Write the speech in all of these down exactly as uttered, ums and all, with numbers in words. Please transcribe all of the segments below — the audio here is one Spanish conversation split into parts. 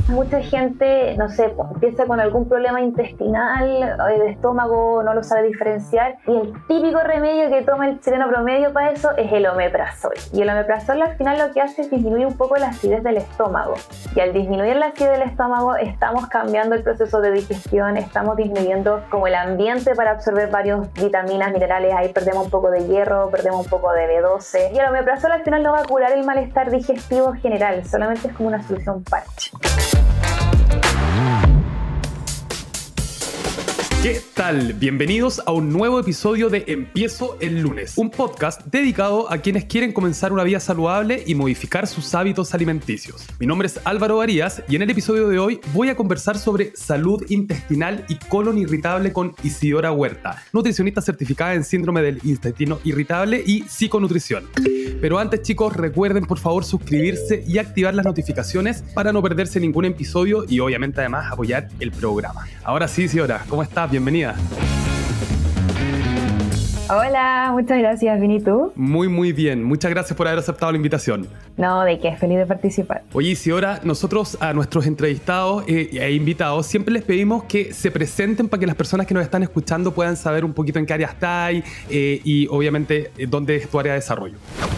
Mucha gente, no sé, empieza con algún problema intestinal, de estómago, no lo sabe diferenciar, y el típico remedio que toma el chileno promedio para eso es el omeprazol. Y el omeprazol al final lo que hace es disminuir un poco la acidez del estómago. Y al disminuir la acidez del estómago estamos cambiando el proceso de digestión, estamos disminuyendo como el ambiente para absorber varias vitaminas, minerales, ahí perdemos un poco de hierro, perdemos un poco de B doce. Y el omeprazol al final no va a curar el malestar digestivo general, solamente es como una solución parche. ¿Qué tal? Bienvenidos a un nuevo episodio de Empiezo el lunes, un podcast dedicado a quienes quieren comenzar una vida saludable y modificar sus hábitos alimenticios. Mi nombre es Álvaro Varías y en el episodio de hoy voy a conversar sobre salud intestinal y colon irritable con Isidora Huerta, nutricionista certificada en síndrome del intestino irritable y psiconutrición. Pero antes, chicos, recuerden por favor suscribirse y activar las notificaciones para no perderse ningún episodio y obviamente además apoyar el programa. Ahora sí, Isidora, ¿cómo estás? Bienvenida. Hola, muchas gracias, ¿bien y tú? Muy, muy bien. Muchas gracias por haber aceptado la invitación. No, de qué, feliz de participar. Oye, Isidora, nosotros a nuestros entrevistados eh, e invitados siempre les pedimos que se presenten para que las personas que nos están escuchando puedan saber un poquito en qué área estáis eh, y obviamente eh, dónde es tu área de desarrollo.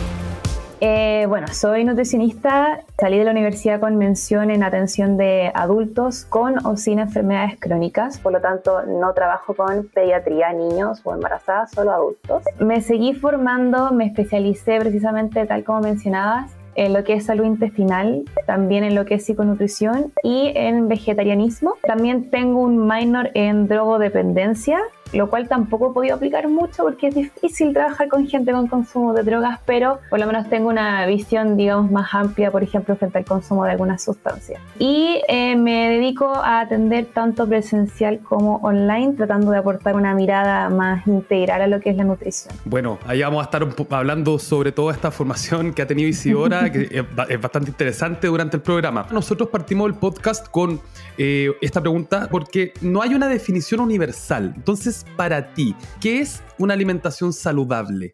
Eh, bueno, soy nutricionista, salí de la universidad con mención en atención de adultos con o sin enfermedades crónicas, por lo tanto no trabajo con pediatría, niños o embarazadas, solo adultos. Me seguí formando, me especialicé precisamente, tal como mencionabas, en lo que es salud intestinal, también en lo que es psiconutrición y en vegetarianismo. También tengo un minor en drogodependencia, lo cual tampoco he podido aplicar mucho porque es difícil trabajar con gente con consumo de drogas, pero por lo menos tengo una visión, digamos, más amplia, por ejemplo, frente al consumo de algunas sustancias. Y eh, me dedico a atender tanto presencial como online, tratando de aportar una mirada más integral a lo que es la nutrición. Bueno, ahí vamos a estar hablando sobre toda esta formación que ha tenido Isidora, que es bastante interesante durante el programa. Nosotros partimos el podcast con eh, esta pregunta porque no hay una definición universal. Entonces, para ti, ¿qué es una alimentación saludable?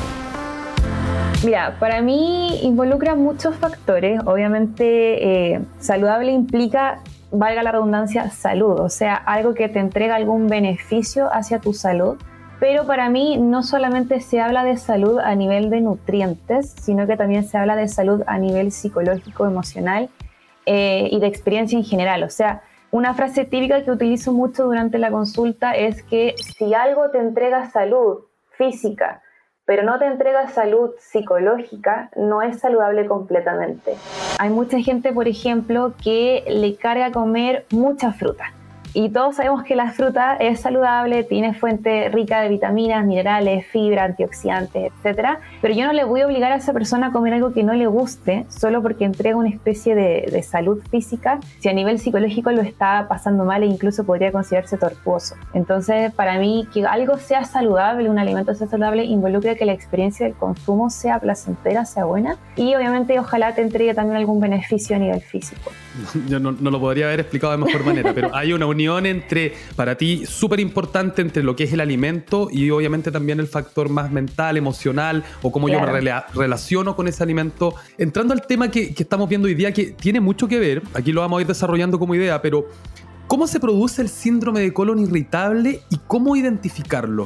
Mira, para mí involucra muchos factores. Obviamente, eh, saludable implica, valga la redundancia, salud, o sea, algo que te entrega algún beneficio hacia tu salud. Pero para mí no solamente se habla de salud a nivel de nutrientes, sino que también se habla de salud a nivel psicológico, emocional eh, y de experiencia en general. O sea, una frase típica que utilizo mucho durante la consulta es que si algo te entrega salud física, pero no te entrega salud psicológica, no es saludable completamente. Hay mucha gente, por ejemplo, que le carga comer mucha fruta. Y todos sabemos que la fruta es saludable, tiene fuente rica de vitaminas, minerales, fibra, antioxidantes, etcétera. Pero yo no le voy a obligar a esa persona a comer algo que no le guste solo porque entrega una especie de, de salud física, si a nivel psicológico lo está pasando mal e incluso podría considerarse tortuoso. Entonces, para mí, que algo sea saludable, un alimento sea saludable, involucra que la experiencia del consumo sea placentera, sea buena y obviamente ojalá te entregue también algún beneficio a nivel físico. Yo no, no lo podría haber explicado de mejor manera, pero hay una unión entre, para ti, súper importante entre lo que es el alimento y obviamente también el factor más mental, emocional o cómo claro. yo me rela- relaciono con ese alimento. Entrando al tema que, que estamos viendo hoy día, que tiene mucho que ver, aquí lo vamos a ir desarrollando como idea, pero ¿cómo se produce el síndrome de colon irritable y cómo identificarlo?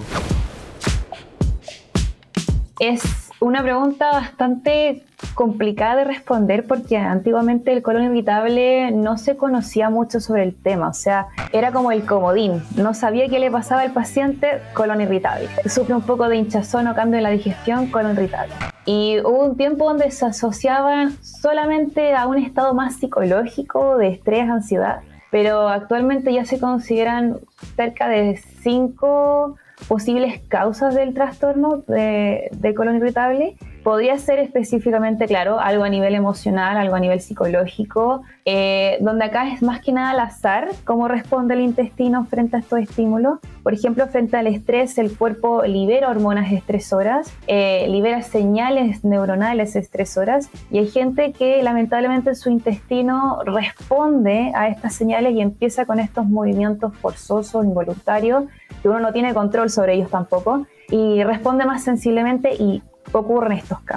Es una pregunta bastante complicada de responder porque antiguamente el colon irritable no se conocía mucho sobre el tema, o sea, era como el comodín, no sabía qué le pasaba al paciente, colon irritable. Sufre un poco de hinchazón o cambio en la digestión, colon irritable. Y hubo un tiempo donde se asociaban solamente a un estado más psicológico, de estrés, ansiedad, pero actualmente ya se consideran cerca de cinco posibles causas del trastorno de, de colon irritable. Podría ser específicamente, claro, algo a nivel emocional, algo a nivel psicológico, eh, donde acá es más que nada al azar cómo responde el intestino frente a estos estímulos. Por ejemplo, frente al estrés, el cuerpo libera hormonas estresoras, eh, libera señales neuronales estresoras, y hay gente que lamentablemente su intestino responde a estas señales y empieza con estos movimientos forzosos, involuntarios, que uno no tiene control sobre ellos tampoco, y responde más sensiblemente y ocurren estos cambios.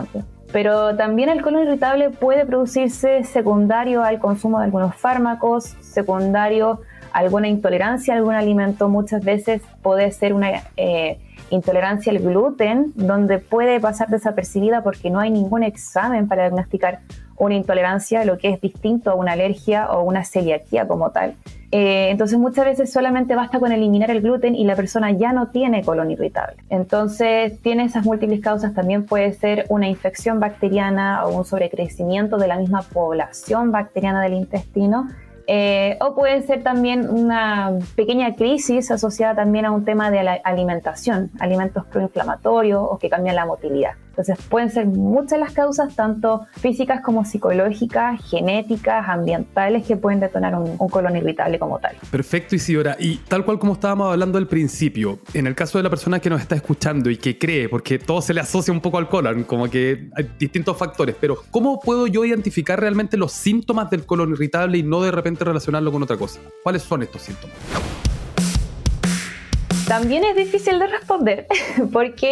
Pero también el colon irritable puede producirse secundario al consumo de algunos fármacos, secundario a alguna intolerancia a algún alimento. Muchas veces puede ser una eh, intolerancia al gluten, donde puede pasar desapercibida porque no hay ningún examen para diagnosticar una intolerancia, lo que es distinto a una alergia o una celiaquía como tal. Eh, entonces muchas veces solamente basta con eliminar el gluten y la persona ya no tiene colon irritable. Entonces tiene esas múltiples causas. También puede ser una infección bacteriana o un sobrecrecimiento de la misma población bacteriana del intestino. Eh, o puede ser también una pequeña crisis asociada también a un tema de la alimentación, alimentos proinflamatorios o que cambian la motilidad. Entonces pueden ser muchas las causas, tanto físicas como psicológicas, genéticas, ambientales, que pueden detonar un, un colon irritable como tal. Perfecto, Isidora. Y tal cual como estábamos hablando al principio, en el caso de la persona que nos está escuchando y que cree, porque todo se le asocia un poco al colon, como que hay distintos factores, pero ¿cómo puedo yo identificar realmente los síntomas del colon irritable y no de repente relacionarlo con otra cosa? ¿Cuáles son estos síntomas? También es difícil de responder porque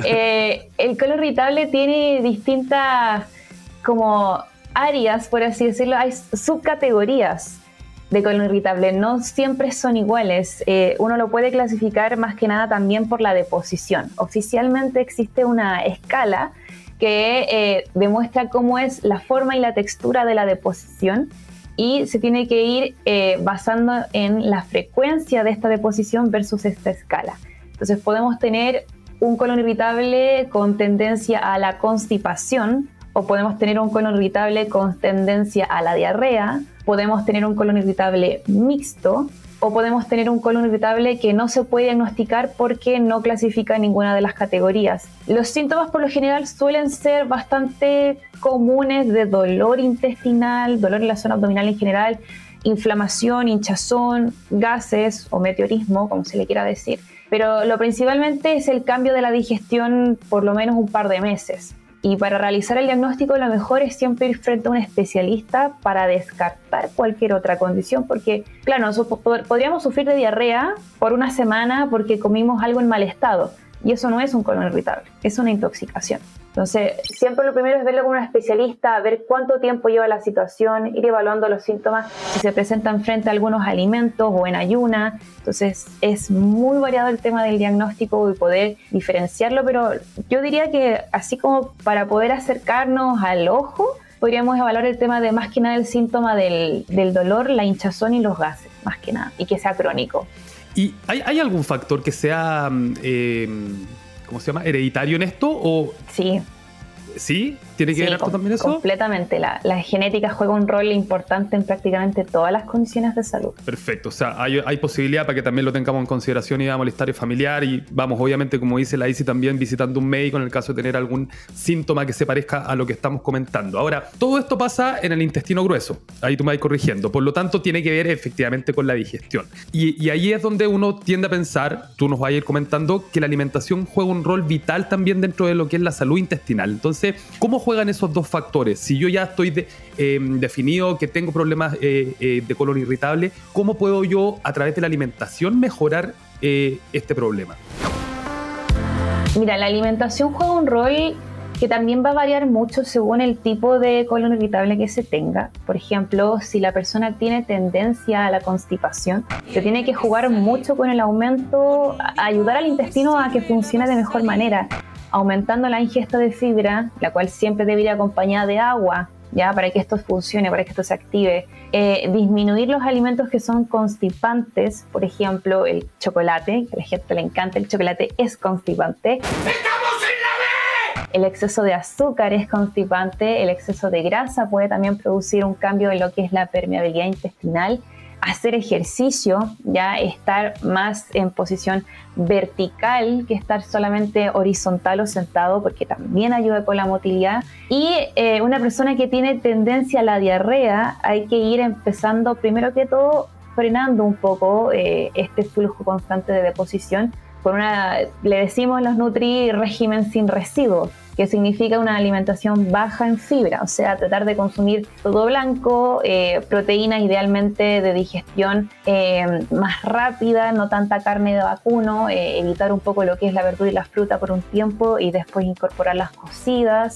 eh, el colon irritable tiene distintas como áreas, por así decirlo. Hay subcategorías de colon irritable, no siempre son iguales. Eh, uno lo puede clasificar más que nada también por la deposición. Oficialmente existe una escala que eh, demuestra cómo es la forma y la textura de la deposición, y se tiene que ir eh, basando en la frecuencia de esta deposición versus esta escala. Entonces podemos tener un colon irritable con tendencia a la constipación, o podemos tener un colon irritable con tendencia a la diarrea, podemos tener un colon irritable mixto, o podemos tener un colon irritable que no se puede diagnosticar porque no clasifica ninguna de las categorías. Los síntomas por lo general suelen ser bastante comunes de dolor intestinal, dolor en la zona abdominal en general, inflamación, hinchazón, gases o meteorismo, como se le quiera decir. Pero lo principalmente es el cambio de la digestión por lo menos un par de meses. Y para realizar el diagnóstico lo mejor es siempre ir frente a un especialista para descartar cualquier otra condición, porque claro, nosotros podríamos sufrir de diarrea por una semana porque comimos algo en mal estado, y eso no es un colon irritable, es una intoxicación. Entonces siempre lo primero es verlo con un especialista, ver cuánto tiempo lleva la situación, ir evaluando los síntomas, si se presentan frente a algunos alimentos o en ayuna. Entonces es muy variado el tema del diagnóstico y poder diferenciarlo, pero yo diría que así como para poder acercarnos al ojo, podríamos evaluar el tema de más que nada el síntoma del, del dolor, la hinchazón y los gases, más que nada, y que sea crónico. ¿Y hay, hay algún factor que sea, eh, ¿cómo se llama?, hereditario en esto? ¿O... Sí. ¿Sí? ¿Tiene que sí, ver harto com- también eso? Completamente. La, la genética juega un rol importante en prácticamente todas las condiciones de salud. Perfecto. O sea, hay, hay posibilidad para que también lo tengamos en consideración y veamos el historial familiar y vamos, obviamente, como dice la Isi, también visitando un médico en el caso de tener algún síntoma que se parezca a lo que estamos comentando. Ahora, todo esto pasa en el intestino grueso. Ahí tú me vas corrigiendo. Por lo tanto, tiene que ver efectivamente con la digestión. Y, y ahí es donde uno tiende a pensar, tú nos vas a ir comentando, que la alimentación juega un rol vital también dentro de lo que es la salud intestinal. Entonces, ¿cómo juegan esos dos factores? Si yo ya estoy de, eh, definido que tengo problemas eh, eh, de colon irritable, ¿cómo puedo yo a través de la alimentación mejorar eh, este problema? Mira, la alimentación juega un rol que también va a variar mucho según el tipo de colon irritable que se tenga. Por ejemplo, si la persona tiene tendencia a la constipación, se tiene que jugar mucho con el aumento, a ayudar al intestino a que funcione de mejor manera, aumentando la ingesta de fibra, la cual siempre debe ir acompañada de agua, ya, para que esto funcione, para que esto se active. Eh, disminuir los alimentos que son constipantes, por ejemplo, el chocolate, que a la gente le encanta, el chocolate es constipante. ¡Estamos en la B! El exceso de azúcar es constipante, el exceso de grasa puede también producir un cambio en lo que es la permeabilidad intestinal. Hacer ejercicio, ya estar más en posición vertical que estar solamente horizontal o sentado, porque también ayuda con la motilidad. Y eh, una persona que tiene tendencia a la diarrea, hay que ir empezando primero que todo frenando un poco eh, este flujo constante de deposición con una, le decimos los Nutri, régimen sin residuos, que significa una alimentación baja en fibra, o sea, tratar de consumir todo blanco, eh, proteínas idealmente de digestión eh, más rápida, no tanta carne de vacuno, eh, evitar un poco lo que es la verdura y la fruta por un tiempo y después incorporar las cocidas,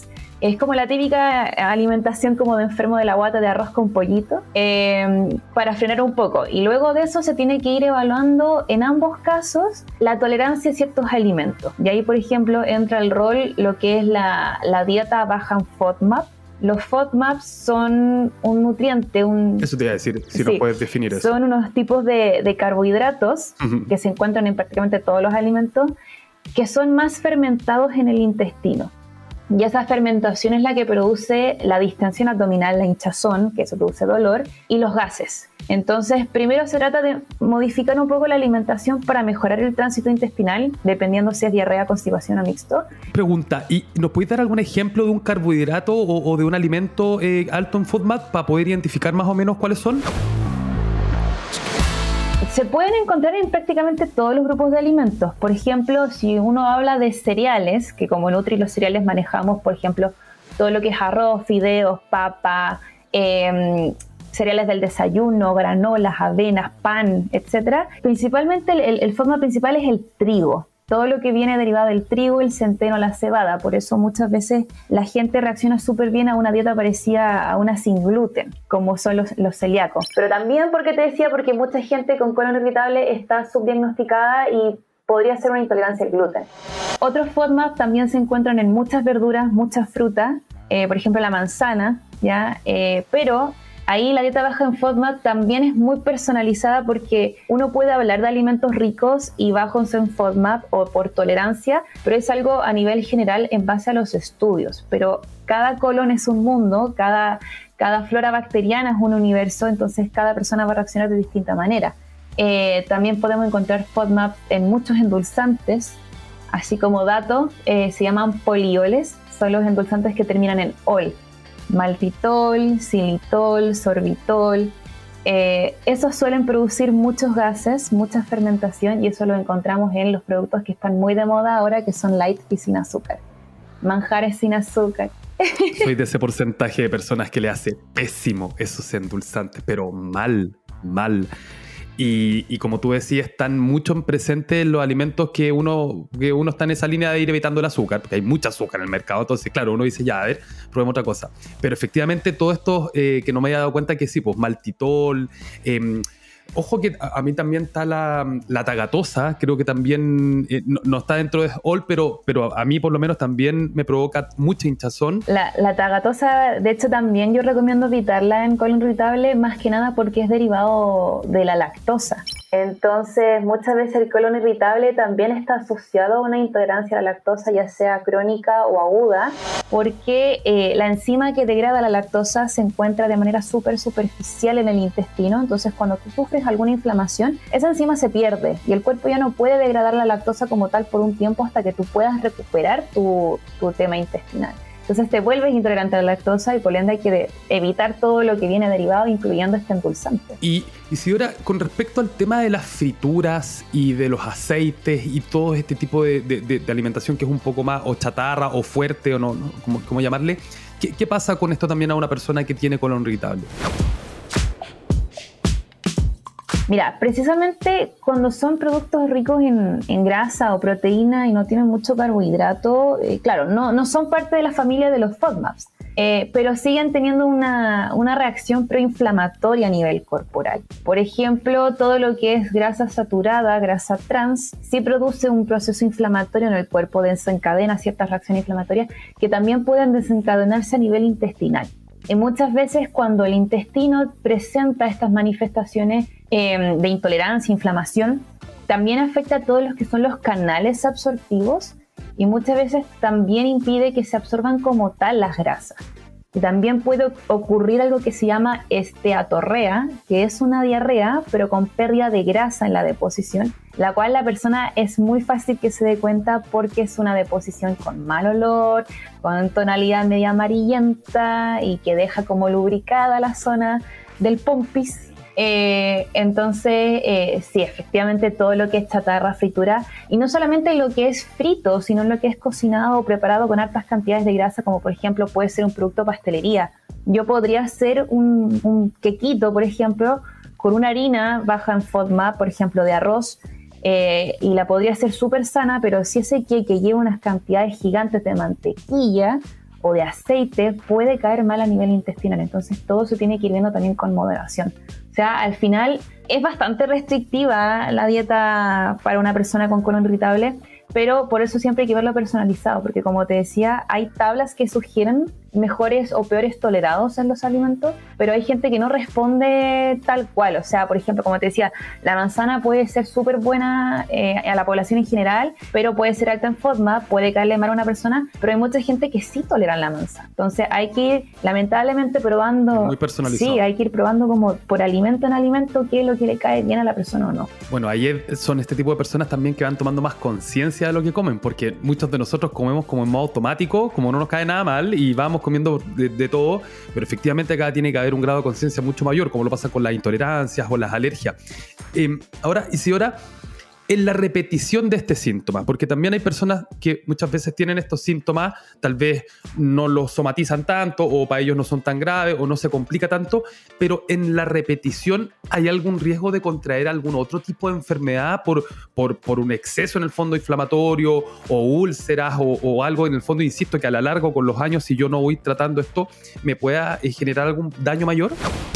Es como la típica alimentación como de enfermo de la guata de arroz con pollito, eh, para frenar un poco. Y luego de eso se tiene que ir evaluando en ambos casos la tolerancia a ciertos alimentos. Y ahí, por ejemplo, entra el rol lo que es la, la dieta baja en FODMAP. Los FODMAPs son un nutriente, un... Eso te iba a decir, si sí, nos puedes definir eso. Son unos tipos de, de carbohidratos uh-huh. que se encuentran en prácticamente todos los alimentos, que son más fermentados en el intestino. Y esa fermentación es la que produce la distensión abdominal, la hinchazón, que eso produce dolor, y los gases. Entonces, primero se trata de modificar un poco la alimentación para mejorar el tránsito intestinal, dependiendo si es diarrea, constipación o mixto. Pregunta, ¿y nos puedes dar algún ejemplo de un carbohidrato o, o de un alimento eh, alto en FODMAP para poder identificar más o menos cuáles son? Se pueden encontrar en prácticamente todos los grupos de alimentos. Por ejemplo, si uno habla de cereales, que como Nutri los cereales manejamos, por ejemplo, todo lo que es arroz, fideos, papa, eh, cereales del desayuno, granolas, avenas, pan, etcétera. Principalmente el, el, el FODMAP principal es el trigo. Todo lo que viene derivado del trigo, el centeno, la cebada. Por eso muchas veces la gente reacciona súper bien a una dieta parecida a una sin gluten, como son los, los celíacos. Pero también, porque te decía, porque mucha gente con colon irritable está subdiagnosticada y podría ser una intolerancia al gluten. Otros FODMAP también se encuentran en muchas verduras, muchas frutas, eh, por ejemplo la manzana, ¿ya? Eh, pero... Ahí la dieta baja en FODMAP también es muy personalizada porque uno puede hablar de alimentos ricos y bajos en FODMAP o por tolerancia, pero es algo a nivel general en base a los estudios. Pero cada colon es un mundo, cada, cada flora bacteriana es un universo, entonces cada persona va a reaccionar de distinta manera. Eh, también podemos encontrar FODMAP en muchos endulzantes, así como dato, eh, se llaman polioles, son los endulzantes que terminan en ol. Maltitol, xilitol, sorbitol, eh, esos suelen producir muchos gases, mucha fermentación y eso lo encontramos en los productos que están muy de moda ahora, que son light y sin azúcar, manjares sin azúcar. Soy de ese porcentaje de personas que le hace pésimo esos endulzantes, pero mal, mal. Y, y como tú decías, están mucho presentes en los alimentos que uno, que uno está en esa línea de ir evitando el azúcar, porque hay mucha azúcar en el mercado, entonces claro, uno dice ya, a ver, probemos otra cosa. Pero efectivamente todo esto eh, que no me había dado cuenta que sí, pues maltitol, eh, ojo que a, a mí también está la, la tagatosa, creo que también eh, no, no está dentro de ol, pero, pero a mí por lo menos también me provoca mucha hinchazón. La, la tagatosa, de hecho también yo recomiendo evitarla en colon irritable, más que nada porque es derivado de la lactosa. Entonces muchas veces el colon irritable también está asociado a una intolerancia a la lactosa, ya sea crónica o aguda, porque eh, la enzima que degrada la lactosa se encuentra de manera súper superficial en el intestino, entonces cuando tú sufres alguna inflamación, esa enzima se pierde y el cuerpo ya no puede degradar la lactosa como tal por un tiempo hasta que tú puedas recuperar tu, tu tema intestinal. Entonces te vuelves intolerante a la lactosa y por ende hay que de, evitar todo lo que viene derivado, incluyendo este endulzante. Y, y si ahora, con respecto al tema de las frituras y de los aceites y todo este tipo de, de, de, de alimentación que es un poco más o chatarra o fuerte o no, no ¿cómo, cómo llamarle? ¿Qué, ¿Qué pasa con esto también a una persona que tiene colon irritable? Mira, precisamente cuando son productos ricos en, en grasa o proteína y no tienen mucho carbohidrato, eh, claro, no, no son parte de la familia de los FODMAPs, eh, pero siguen teniendo una, una reacción proinflamatoria a nivel corporal. Por ejemplo, todo lo que es grasa saturada, grasa trans, sí produce un proceso inflamatorio en el cuerpo, desencadena ciertas reacciones inflamatorias que también pueden desencadenarse a nivel intestinal. Y muchas veces cuando el intestino presenta estas manifestaciones eh, de intolerancia, inflamación, también afecta a todos los que son los canales absortivos y muchas veces también impide que se absorban como tal las grasas. Y también puede ocurrir algo que se llama esteatorrea, que es una diarrea, pero con pérdida de grasa en la deposición, la cual la persona es muy fácil que se dé cuenta porque es una deposición con mal olor, con tonalidad media amarillenta y que deja como lubricada la zona del pompis. Eh, entonces, eh, sí, efectivamente todo lo que es chatarra, fritura, y no solamente lo que es frito, sino lo que es cocinado o preparado con altas cantidades de grasa, como por ejemplo puede ser un producto de pastelería. Yo podría hacer un, un quequito, por ejemplo, con una harina baja en FODMAP, por ejemplo, de arroz, eh, y la podría hacer súper sana, pero si ese queque lleva unas cantidades gigantes de mantequilla o de aceite puede caer mal a nivel intestinal. Entonces todo se tiene que ir viendo también con moderación. O sea, al final es bastante restrictiva la dieta para una persona con colon irritable, pero por eso siempre hay que verlo personalizado, porque como te decía, hay tablas que sugieren mejores o peores tolerados en los alimentos, pero hay gente que no responde tal cual. O sea, por ejemplo, como te decía, la manzana puede ser súper buena eh, a la población en general, pero puede ser alta en FODMAP, puede caerle mal a una persona, pero hay mucha gente que sí tolera la manzana. Entonces hay que ir, lamentablemente, probando. Muy personalizado. Sí, hay que ir probando como por alimento en alimento qué es lo que le cae bien a la persona o no. Bueno, ahí son este tipo de personas también que van tomando más conciencia de lo que comen, porque muchos de nosotros comemos como en modo automático, como no nos cae nada mal y vamos comiendo de, de todo, pero efectivamente acá tiene que haber un grado de conciencia mucho mayor, como lo pasa con las intolerancias o las alergias. Eh, ahora, Isidora, en la repetición de este síntoma, porque también hay personas que muchas veces tienen estos síntomas, tal vez no los somatizan tanto o para ellos no son tan graves o no se complica tanto, pero en la repetición ¿hay algún riesgo de contraer algún otro tipo de enfermedad por, por, por un exceso en el fondo inflamatorio o úlceras o, o algo en el fondo, insisto, que a la larga con los años, si yo no voy tratando esto, me pueda generar algún daño mayor?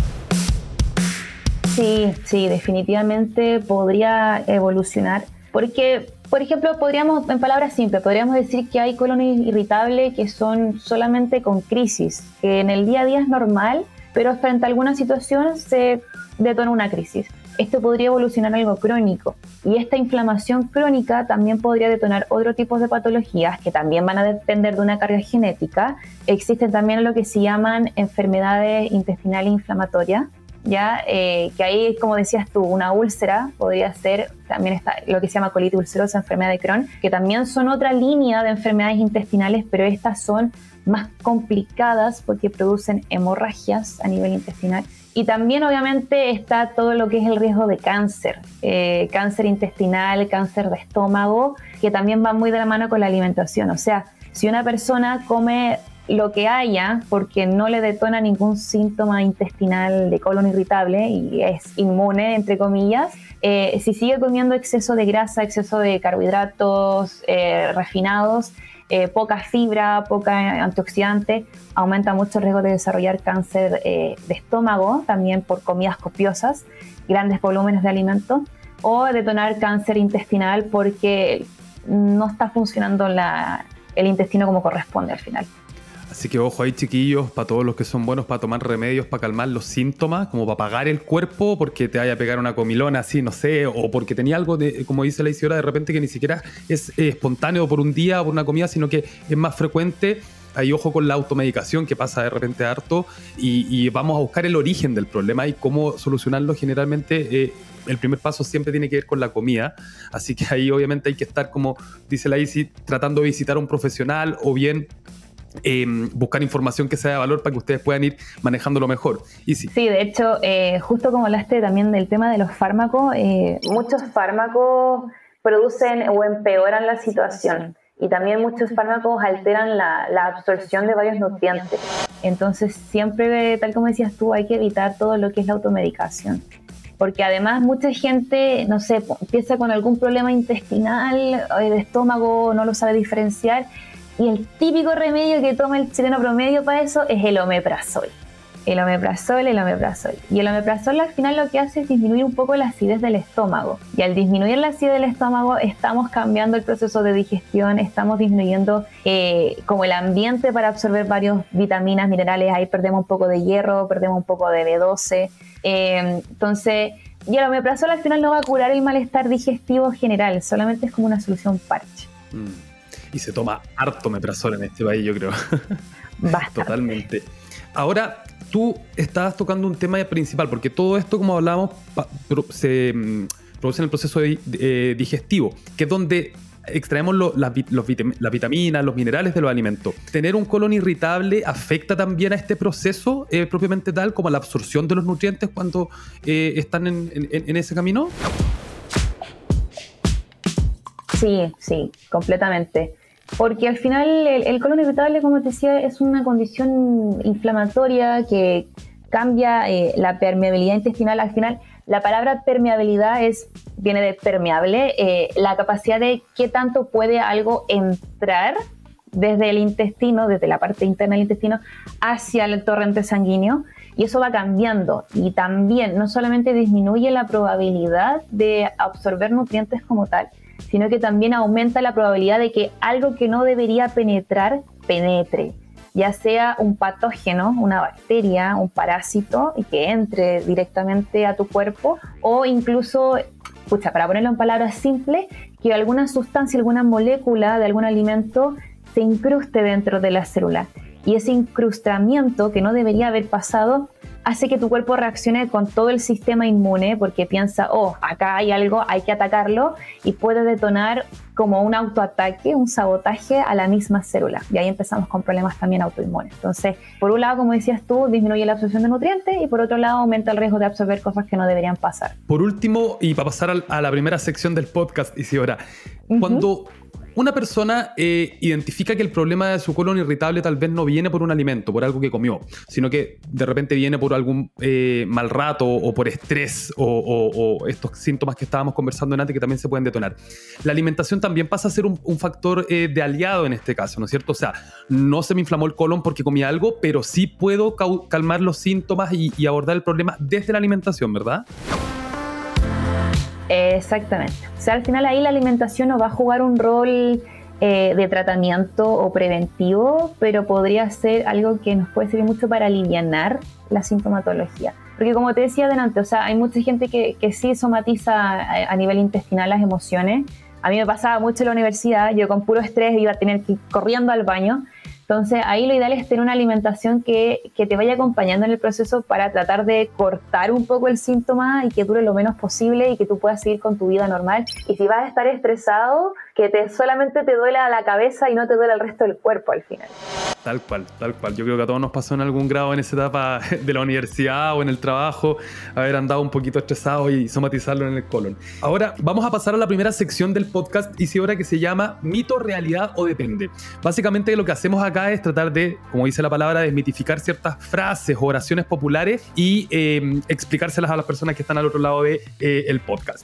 Sí, sí, definitivamente podría evolucionar, porque, por ejemplo, podríamos, en palabras simples, podríamos decir que hay colon irritable que son solamente con crisis, que en el día a día es normal, pero frente a alguna situación se detona una crisis. Esto podría evolucionar a algo crónico, y esta inflamación crónica también podría detonar otro tipo de patologías que también van a depender de una carga genética. Existen también lo que se llaman enfermedades intestinales inflamatorias, ya eh, que ahí, como decías tú, una úlcera podría ser, también está lo que se llama colitis ulcerosa, enfermedad de Crohn, que también son otra línea de enfermedades intestinales, pero estas son más complicadas porque producen hemorragias a nivel intestinal. Y también obviamente está todo lo que es el riesgo de cáncer, eh, cáncer intestinal, cáncer de estómago, que también va muy de la mano con la alimentación. O sea, si una persona come lo que haya porque no le detona ningún síntoma intestinal de colon irritable y es inmune, entre comillas, eh, si sigue comiendo exceso de grasa, exceso de carbohidratos eh, refinados, eh, poca fibra, poca antioxidante, aumenta mucho el riesgo de desarrollar cáncer eh, de estómago, también por comidas copiosas, grandes volúmenes de alimento, o detonar cáncer intestinal porque no está funcionando la, el intestino como corresponde al final. Así que ojo ahí, chiquillos, para todos los que son buenos para tomar remedios, para calmar los síntomas, como para apagar el cuerpo porque te vaya a pegar una comilona así, no sé, o porque tenía algo, de, como dice la Isidora, de repente que ni siquiera es eh, espontáneo por un día o por una comida, sino que es más frecuente. Ahí ojo con la automedicación que pasa de repente harto y, y vamos a buscar el origen del problema y cómo solucionarlo. Generalmente eh, el primer paso siempre tiene que ver con la comida, así que ahí obviamente hay que estar, como dice la Isi, tratando de visitar a un profesional o bien Eh, buscar información que sea de valor para que ustedes puedan ir manejándolo mejor. Y sí. Sí, de hecho, eh, justo como hablaste también del tema de los fármacos, eh, muchos fármacos producen o empeoran la situación y también muchos fármacos alteran la, la absorción de varios nutrientes. Entonces siempre, tal como decías tú, hay que evitar todo lo que es la automedicación. Porque además mucha gente, no sé, empieza con algún problema intestinal, de estómago, no lo sabe diferenciar. Y el típico remedio que toma el chileno promedio para eso es el omeprazol. El omeprazol, el omeprazol. Y el omeprazol al final lo que hace es disminuir un poco la acidez del estómago. Y al disminuir la acidez del estómago estamos cambiando el proceso de digestión, estamos disminuyendo eh, como el ambiente para absorber varias vitaminas, minerales. Ahí perdemos un poco de hierro, perdemos un poco de B doce. Eh, entonces, y el omeprazol al final no va a curar el malestar digestivo general, solamente es como una solución parche. Mm. Y se toma harto omeprazol en este país, yo creo. Bastante. Totalmente. Ahora, tú estabas tocando un tema principal, porque todo esto, como hablábamos, se produce en el proceso de, de, eh, digestivo, que es donde extraemos lo, las, los vitam- las vitaminas, los minerales de los alimentos. ¿Tener un colon irritable afecta también a este proceso eh, propiamente tal, como a la absorción de los nutrientes cuando eh, están en, en, en ese camino? Sí, sí, completamente. Porque al final el, el colon irritable, como te decía, es una condición inflamatoria que cambia eh, la permeabilidad intestinal. Al final, la palabra permeabilidad es, viene de permeable, eh, la capacidad de qué tanto puede algo entrar desde el intestino, desde la parte interna del intestino, hacia el torrente sanguíneo, y eso va cambiando. Y también no solamente disminuye la probabilidad de absorber nutrientes como tal, sino que también aumenta la probabilidad de que algo que no debería penetrar, penetre, ya sea un patógeno, una bacteria, un parásito, y que entre directamente a tu cuerpo, o incluso, pucha, para ponerlo en palabras simples, que alguna sustancia, alguna molécula de algún alimento se incruste dentro de la célula. Y ese incrustamiento que no debería haber pasado hace que tu cuerpo reaccione con todo el sistema inmune, porque piensa, oh, acá hay algo, hay que atacarlo, y puede detonar como un autoataque, un sabotaje a la misma célula. Y ahí empezamos con problemas también autoinmunes. Entonces, por un lado, como decías tú, disminuye la absorción de nutrientes, y por otro lado, aumenta el riesgo de absorber cosas que no deberían pasar. Por último, y para pasar a la primera sección del podcast, Isidora, uh-huh. cuando una persona eh, identifica que el problema de su colon irritable tal vez no viene por un alimento, por algo que comió, sino que de repente viene por algún eh, mal rato o por estrés o, o, o estos síntomas que estábamos conversando antes que también se pueden detonar. La alimentación también pasa a ser un, un factor eh, de aliado en este caso, ¿no es cierto? O sea, no se me inflamó el colon porque comí algo, pero sí puedo cal- calmar los síntomas y, y abordar el problema desde la alimentación, ¿verdad? Exactamente. O sea, al final ahí la alimentación no va a jugar un rol eh, de tratamiento o preventivo, pero podría ser algo que nos puede servir mucho para alivianar la sintomatología. Porque como te decía adelante, o sea, hay mucha gente que, que sí somatiza a, a nivel intestinal las emociones. A mí me pasaba mucho en la universidad, yo con puro estrés iba a tener que ir corriendo al baño. Entonces ahí lo ideal es tener una alimentación que, que te vaya acompañando en el proceso para tratar de cortar un poco el síntoma y que dure lo menos posible y que tú puedas seguir con tu vida normal. Y si vas a estar estresado, que te, solamente te duela la cabeza y no te duela el resto del cuerpo al final. Tal cual, tal cual. Yo creo que a todos nos pasó en algún grado en esa etapa de la universidad o en el trabajo, haber andado un poquito estresado y somatizarlo en el colon. Ahora vamos a pasar a la primera sección del podcast, Isidora, que se llama Mito, Realidad o Depende. Básicamente lo que hacemos acá es tratar de, como dice la palabra, desmitificar ciertas frases o oraciones populares y eh, explicárselas a las personas que están al otro lado del de, eh, podcast.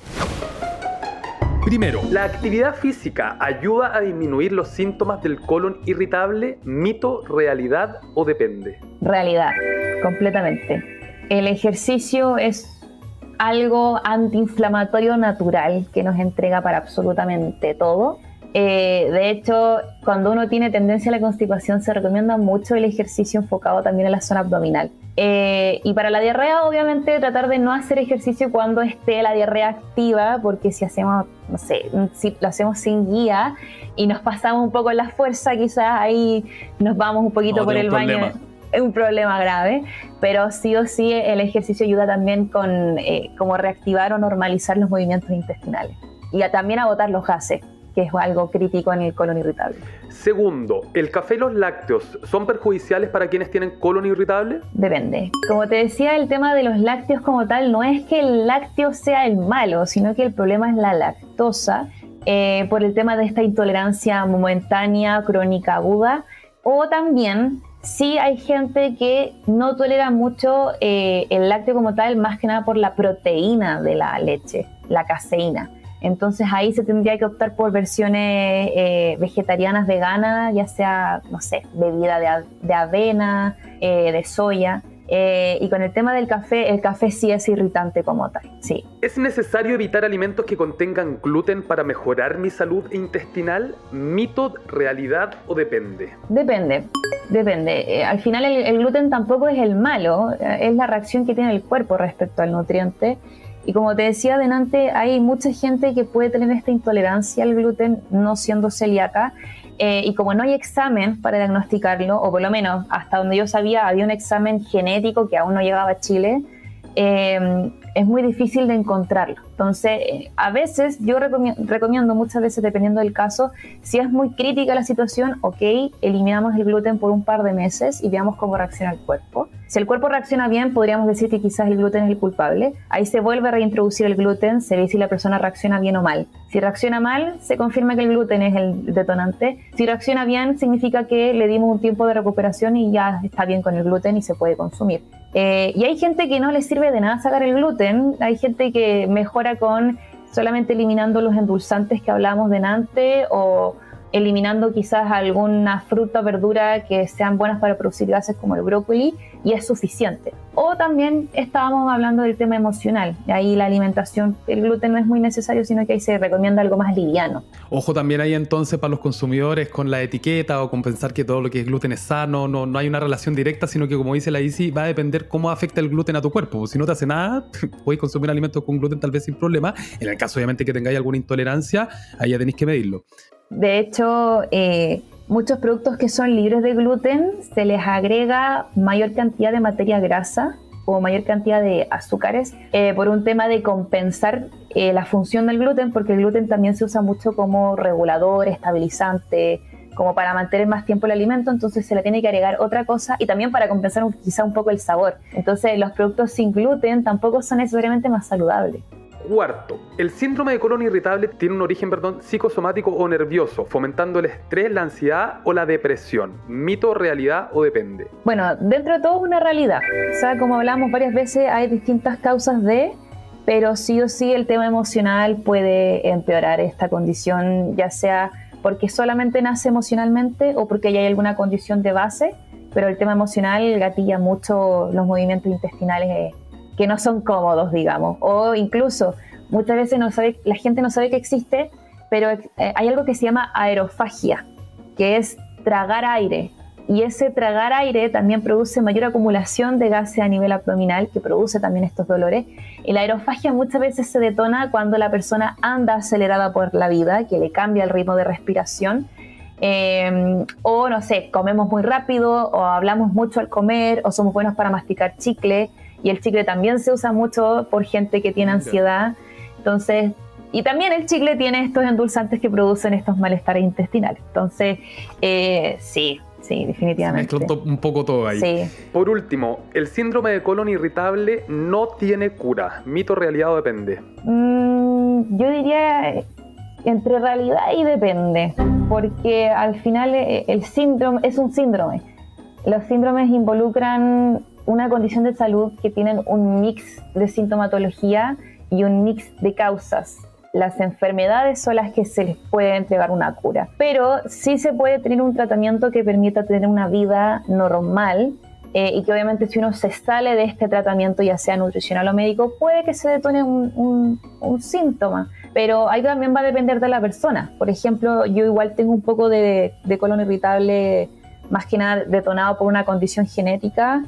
Primero, ¿la actividad física ayuda a disminuir los síntomas del colon irritable? ¿Mito, realidad o depende? Realidad, completamente. El ejercicio es algo antiinflamatorio natural que nos entrega para absolutamente todo. Eh, de hecho, cuando uno tiene tendencia a la constipación, se recomienda mucho el ejercicio enfocado también en la zona abdominal. Eh, y para la diarrea, obviamente, tratar de no hacer ejercicio cuando esté la diarrea activa, porque si hacemos, no sé, si lo hacemos sin guía y nos pasamos un poco en la fuerza, quizás ahí nos vamos un poquito no, por el baño. Problema. Es un problema grave, pero sí o sí el ejercicio ayuda también con eh, como reactivar o normalizar los movimientos intestinales y a, también a botar los gases, que es algo crítico en el colon irritable. Segundo, ¿el café y los lácteos son perjudiciales para quienes tienen colon irritable? Depende. Como te decía, el tema de los lácteos como tal no es que el lácteo sea el malo, sino que el problema es la lactosa, eh, por el tema de esta intolerancia momentánea, crónica, aguda, o también sí hay gente que no tolera mucho eh, el lácteo como tal, más que nada por la proteína de la leche, la caseína. Entonces ahí se tendría que optar por versiones eh, vegetarianas, veganas, ya sea, no sé, bebida de, de avena, eh, de soya. Eh, y con el tema del café, el café sí es irritante como tal, sí. ¿Es necesario evitar alimentos que contengan gluten para mejorar mi salud intestinal? ¿Mito, realidad o depende? Depende, depende. Eh, al final el, el gluten tampoco es el malo, eh, es la reacción que tiene el cuerpo respecto al nutriente. Y como te decía adelante, hay mucha gente que puede tener esta intolerancia al gluten no siendo celíaca, eh, y como no hay examen para diagnosticarlo, o por lo menos hasta donde yo sabía había un examen genético que aún no llegaba a Chile, eh, es muy difícil de encontrarlo. Entonces, eh, a veces, yo recomiendo, recomiendo muchas veces, dependiendo del caso, si es muy crítica la situación, ok, eliminamos el gluten por un par de meses y veamos cómo reacciona el cuerpo. Si el cuerpo reacciona bien, podríamos decir que quizás el gluten es el culpable. Ahí se vuelve a reintroducir el gluten, se ve si la persona reacciona bien o mal. Si reacciona mal, se confirma que el gluten es el detonante. Si reacciona bien, significa que le dimos un tiempo de recuperación y ya está bien con el gluten y se puede consumir. Eh, y hay gente que no le sirve de nada sacar el gluten, hay gente que mejora con solamente eliminando los endulzantes que hablábamos delante o eliminando quizás alguna fruta o verdura que sean buenas para producir gases como el brócoli, y es suficiente. O también estábamos hablando del tema emocional, ahí la alimentación, el gluten no es muy necesario, sino que ahí se recomienda algo más liviano. Ojo también ahí entonces para los consumidores con la etiqueta o con pensar que todo lo que es gluten es sano, no, no hay una relación directa, sino que como dice la Isi, va a depender cómo afecta el gluten a tu cuerpo. Si no te hace nada, puedes consumir alimentos con gluten tal vez sin problema. En el caso obviamente que tengáis alguna intolerancia, ahí ya tenéis que medirlo. De hecho, eh, muchos productos que son libres de gluten se les agrega mayor cantidad de materia grasa o mayor cantidad de azúcares eh, por un tema de compensar eh, la función del gluten, porque el gluten también se usa mucho como regulador, estabilizante, como para mantener más tiempo el alimento, entonces se le tiene que agregar otra cosa y también para compensar un, quizá un poco el sabor. Entonces los productos sin gluten tampoco son necesariamente más saludables. Cuarto, el síndrome de colon irritable tiene un origen, perdón, psicosomático o nervioso, fomentando el estrés, la ansiedad o la depresión. ¿Mito, realidad o depende? Bueno, dentro de todo es una realidad. O sea, como hablamos varias veces, hay distintas causas de, pero sí o sí el tema emocional puede empeorar esta condición, ya sea porque solamente nace emocionalmente o porque ya hay alguna condición de base, pero el tema emocional gatilla mucho los movimientos intestinales eh, que no son cómodos, digamos, o incluso muchas veces no sabe, la gente no sabe que existe, pero eh, hay algo que se llama aerofagia, que es tragar aire, y ese tragar aire también produce mayor acumulación de gases a nivel abdominal, que produce también estos dolores, y la aerofagia muchas veces se detona cuando la persona anda acelerada por la vida, que le cambia el ritmo de respiración, eh, o no sé, comemos muy rápido, o hablamos mucho al comer, o somos buenos para masticar chicle, y el chicle también se usa mucho por gente que tiene ansiedad. Entonces, y también el chicle tiene estos endulzantes que producen estos malestares intestinales. Entonces, eh, sí, sí, definitivamente. Se mezcla un poco todo ahí. Sí. Por último, el síndrome de colon irritable no tiene cura. ¿Mito, realidad o depende? Mm, yo diría entre realidad y depende, porque al final el síndrome es un síndrome. Los síndromes involucran una condición de salud que tienen un mix de sintomatología y un mix de causas. Las enfermedades son las que se les puede entregar una cura, pero sí se puede tener un tratamiento que permita tener una vida normal eh, y que obviamente si uno se sale de este tratamiento, ya sea nutricional o médico, puede que se detone un, un, un síntoma, pero ahí también va a depender de la persona. Por ejemplo, yo igual tengo un poco de, de colon irritable, más que nada detonado por una condición genética.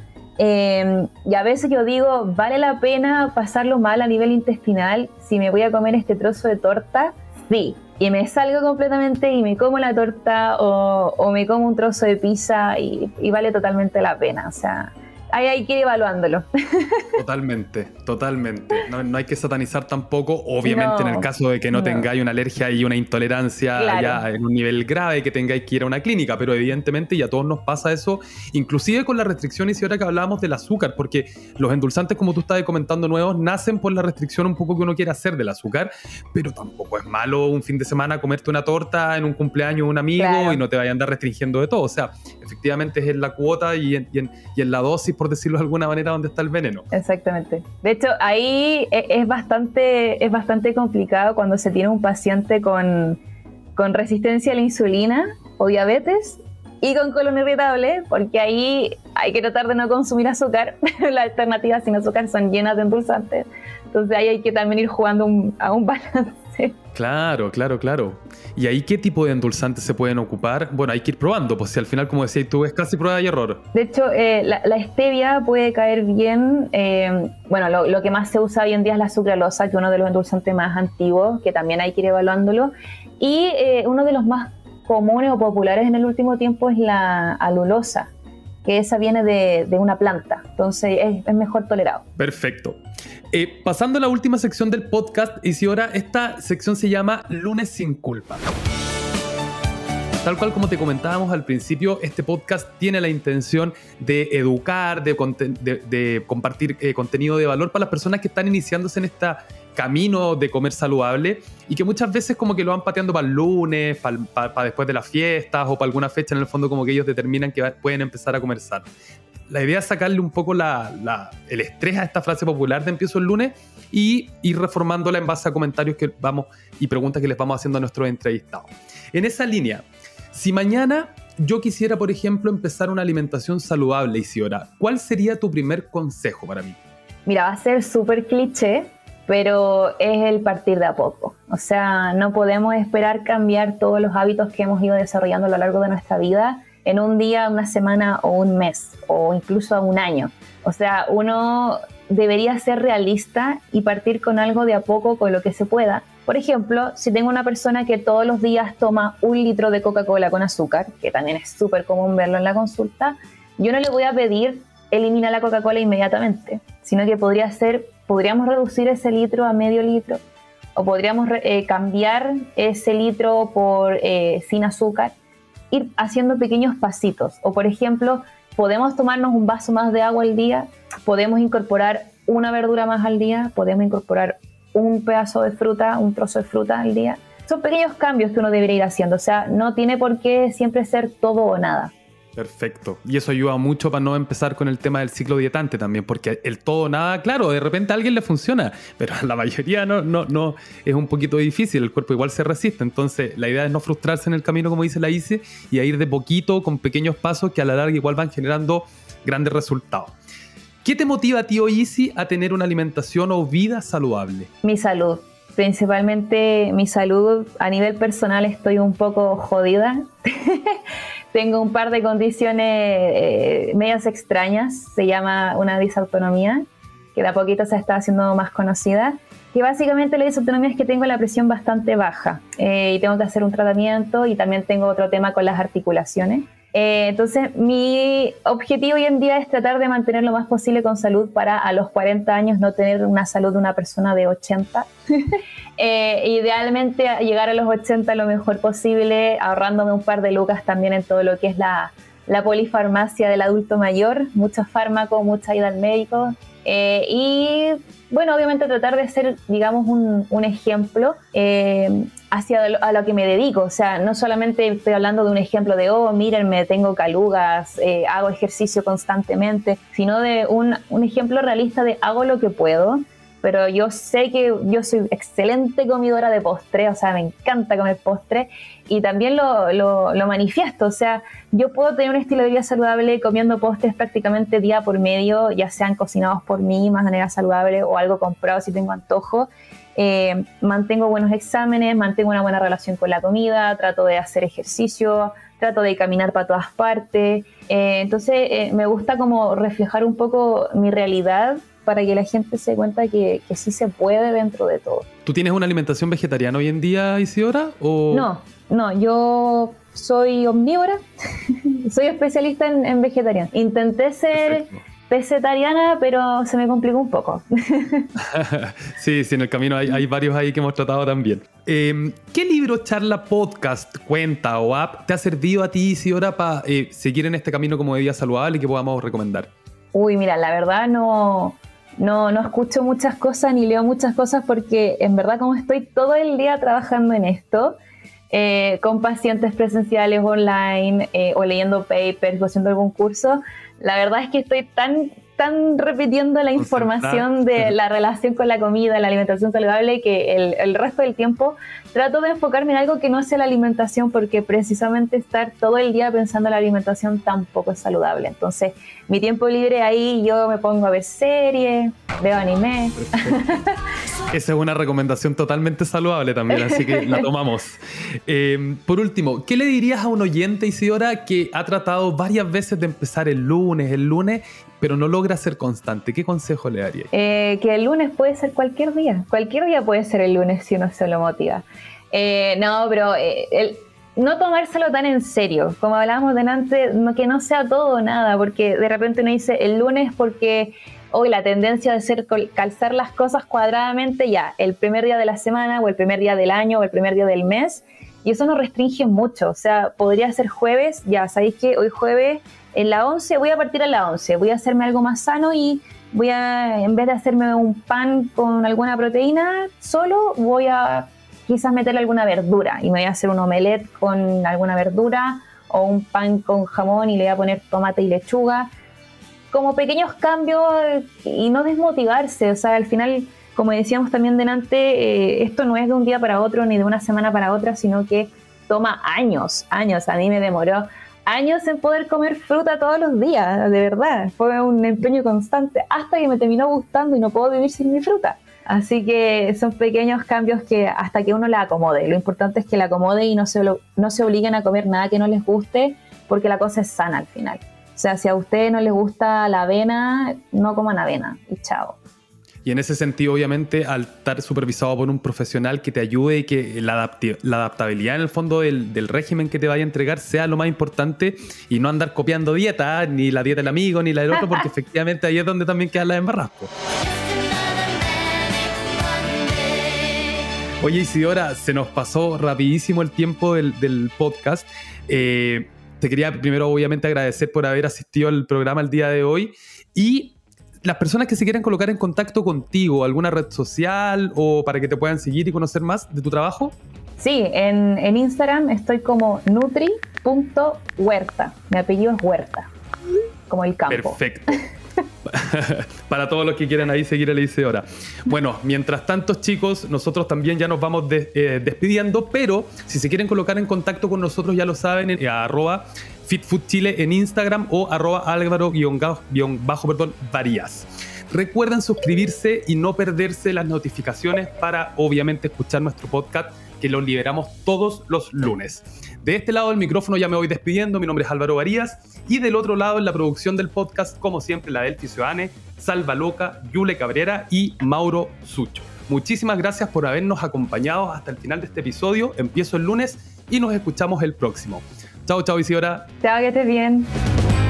Eh, y a veces yo digo, ¿vale la pena pasarlo mal a nivel intestinal si me voy a comer este trozo de torta? Sí, y me salgo completamente y me como la torta o, o me como un trozo de pizza y, y vale totalmente la pena. O sea, ahí hay que ir evaluándolo. Totalmente, totalmente. No, no hay que satanizar tampoco, obviamente no, en el caso de que no, no. tengáis una alergia y una intolerancia claro. ya en un nivel grave que tengáis que ir a una clínica, pero evidentemente ya a todos nos pasa eso, inclusive con la restricción, y si ahora que hablábamos del azúcar, porque los endulzantes, como tú estabas comentando, nuevos, nacen por la restricción un poco que uno quiere hacer del azúcar, pero tampoco es malo un fin de semana comerte una torta en un cumpleaños de un amigo claro. y no te vayas a andar restringiendo de todo. O sea, efectivamente es en la cuota y en, y en, y en la dosis, por decirlo de alguna manera, donde está el veneno. Exactamente. De hecho, ahí es bastante, es bastante complicado cuando se tiene un paciente con, con resistencia a la insulina o diabetes y con colon irritable, porque ahí hay que tratar de no consumir azúcar. Las alternativas sin azúcar son llenas de endulzantes. Entonces ahí hay que también ir jugando un, a un balance. Claro, claro, claro. ¿Y ahí qué tipo de endulzantes se pueden ocupar? Bueno, hay que ir probando, pues si al final, como decías tú, es casi prueba y error. De hecho, eh, la, la stevia puede caer bien. Eh, bueno, lo, lo que más se usa hoy en día es la sucralosa, que es uno de los endulzantes más antiguos, que también hay que ir evaluándolo. Y eh, uno de los más comunes o populares en el último tiempo es la alulosa, que esa viene de, de una planta, entonces es, es mejor tolerado. Perfecto. Eh, pasando a la última sección del podcast, Isidora, esta sección se llama Lunes sin culpa. Tal cual como te comentábamos al principio, este podcast tiene la intención de educar, de, conten- de, de compartir eh, contenido de valor para las personas que están iniciándose en este camino de comer saludable y que muchas veces como que lo van pateando para el lunes, para, para, para después de las fiestas o para alguna fecha en el fondo como que ellos determinan que pueden empezar a comer sano. la idea es sacarle un poco la, la, el estrés a esta frase popular de empiezo el lunes y ir reformándola en base a comentarios que vamos y preguntas que les vamos haciendo a nuestros entrevistados. En esa línea, si mañana yo quisiera, por ejemplo, empezar una alimentación saludable, Isidora, ¿cuál sería tu primer consejo para mí? Mira, va a ser súper cliché, pero es el partir de a poco. O sea, no podemos esperar cambiar todos los hábitos que hemos ido desarrollando a lo largo de nuestra vida en un día, una semana o un mes, o incluso un año. O sea, uno debería ser realista y partir con algo de a poco, con lo que se pueda. Por ejemplo, si tengo una persona que todos los días toma un litro de Coca-Cola con azúcar, que también es súper común verlo en la consulta, yo no le voy a pedir elimina la Coca-Cola inmediatamente, sino que podría ser, podríamos reducir ese litro a medio litro, o podríamos eh, cambiar ese litro por eh, sin azúcar, ir haciendo pequeños pasitos. O por ejemplo, podemos tomarnos un vaso más de agua al día, podemos incorporar una verdura más al día, podemos incorporar un pedazo de fruta, un trozo de fruta al día. Son pequeños cambios que uno debería ir haciendo, o sea, no tiene por qué siempre ser todo o nada. Perfecto. Y eso ayuda mucho para no empezar con el tema del ciclo dietante también, porque el todo o nada, claro, de repente a alguien le funciona, pero a la mayoría no, no, no, es un poquito difícil, el cuerpo igual se resiste. Entonces, la idea es no frustrarse en el camino, como dice la Isi, y a ir de poquito, con pequeños pasos que a la larga igual van generando grandes resultados. ¿Qué te motiva a ti hoy, Isi, a tener una alimentación o vida saludable? Mi salud. Principalmente mi salud. A nivel personal estoy un poco jodida. Tengo un par de condiciones eh, medias extrañas. Se llama una disautonomía, que de a poquito se está haciendo más conocida. Que básicamente la disautonomía es que tengo la presión bastante baja eh, y tengo que hacer un tratamiento, y también tengo otro tema con las articulaciones. Eh, entonces, mi objetivo hoy en día es tratar de mantener lo más posible con salud para a los cuarenta años no tener una salud de una persona de ochenta. eh, idealmente llegar a los ochenta lo mejor posible, ahorrándome un par de lucas también en todo lo que es la, la polifarmacia del adulto mayor, muchos fármacos, mucha ida al médico. Eh, y bueno, obviamente tratar de ser, digamos, un, un ejemplo eh, hacia lo, a lo que me dedico. O sea, no solamente estoy hablando de un ejemplo de, oh, mírenme, tengo calugas, eh, hago ejercicio constantemente, sino de un, un ejemplo realista de hago lo que puedo, pero yo sé que yo soy excelente comidora de postre, o sea, me encanta comer postre, y también lo, lo, lo manifiesto. O sea, yo puedo tener un estilo de vida saludable comiendo postres prácticamente día por medio, ya sean cocinados por mí de manera saludable o algo comprado si tengo antojo. Eh, mantengo buenos exámenes, mantengo una buena relación con la comida, trato de hacer ejercicio, trato de caminar para todas partes. Eh, entonces, eh, me gusta como reflejar un poco mi realidad para que la gente se dé cuenta que, que sí se puede dentro de todo. ¿Tú tienes una alimentación vegetariana hoy en día, Isidora? ¿O? No, no, yo soy omnívora, soy especialista en, en vegetariano. Intenté ser Perfecto. pescetariana, pero se me complicó un poco. Sí, sí, en el camino hay, hay varios ahí que hemos tratado también. Eh, ¿Qué libro, charla, podcast, cuenta o app te ha servido a ti, Isidora, para eh, seguir en este camino como de vida saludable y que podamos recomendar? Uy, mira, la verdad no... No, no escucho muchas cosas ni leo muchas cosas porque en verdad como estoy todo el día trabajando en esto, eh, con pacientes presenciales online eh, o leyendo papers o haciendo algún curso, la verdad es que estoy tan, tan repitiendo la información de la relación con la comida, la alimentación saludable, que el, el resto del tiempo trato de enfocarme en algo que no sea la alimentación, porque precisamente estar todo el día pensando en la alimentación tampoco es saludable. Entonces, mi tiempo libre ahí yo me pongo a ver series, veo anime. Esa es una recomendación totalmente saludable también, así que la tomamos. Eh, por último, ¿qué le dirías a un oyente, Isidora, que ha tratado varias veces de empezar el lunes, el lunes, pero no logra ser constante? ¿Qué consejo le darías? Eh, que el lunes puede ser cualquier día. Cualquier día puede ser el lunes si uno se lo motiva. Eh, no, pero eh, el, no tomárselo tan en serio. Como hablábamos delante, no, que no sea todo o nada, porque de repente uno dice el lunes porque hoy la tendencia de ser calzar las cosas cuadradamente ya, el primer día de la semana o el primer día del año o el primer día del mes, y eso nos restringe mucho. O sea, podría ser jueves, ya sabéis que hoy jueves en la once voy a partir a la once, voy a hacerme algo más sano y voy a, en vez de hacerme un pan con alguna proteína solo, voy a quizás meterle alguna verdura y me voy a hacer un omelette con alguna verdura o un pan con jamón y le voy a poner tomate y lechuga. como pequeños cambios y no desmotivarse. O sea, al final, como decíamos también delante, eh, esto no es de un día para otro ni de una semana para otra, sino que toma años, años. A mí me demoró años en poder comer fruta todos los días, de verdad. Fue un empeño constante hasta que me terminó gustando y no puedo vivir sin mi fruta. Así que son pequeños cambios que hasta que uno la acomode. Lo importante es que la acomode y no se, no se obliguen a comer nada que no les guste, porque la cosa es sana al final. O sea, si a ustedes no les gusta la avena, no coman avena y chao. Y en ese sentido, obviamente, al estar supervisado por un profesional que te ayude y que la, adapti- la adaptabilidad en el fondo del, del régimen que te vaya a entregar sea lo más importante y no andar copiando dietas, ni la dieta del amigo, ni la del otro, porque efectivamente ahí es donde también quedan las embarradas. Oye, Isidora, se nos pasó rapidísimo el tiempo del, del podcast. Eh, te quería primero, obviamente, agradecer por haber asistido al programa el día de hoy y las personas que se quieran colocar en contacto contigo, alguna red social o para que te puedan seguir y conocer más de tu trabajo. Sí, en, en Instagram estoy como nutri punto huerta. Mi apellido es Huerta, como el campo. Perfecto. Para todos los que quieran ahí seguir a la Isidora. Bueno, mientras tanto, chicos, nosotros también ya nos vamos de, eh, despidiendo, pero si se quieren colocar en contacto con nosotros, ya lo saben, en eh, arroba fitfoodchile en Instagram o arroba álvaro guión bajo, perdón, varías. Recuerden suscribirse y no perderse las notificaciones para, obviamente, escuchar nuestro podcast, que lo liberamos todos los lunes. De este lado del micrófono ya me voy despidiendo. Mi nombre es Álvaro Varías y del otro lado en la producción del podcast, como siempre, la Delphi Ciudadane, Salva Loca, Yule Cabrera y Mauro Sucho. Muchísimas gracias por habernos acompañado hasta el final de este episodio. Empiezo el lunes y nos escuchamos el próximo. Chao, chao, Isidora. Chao, que estés bien.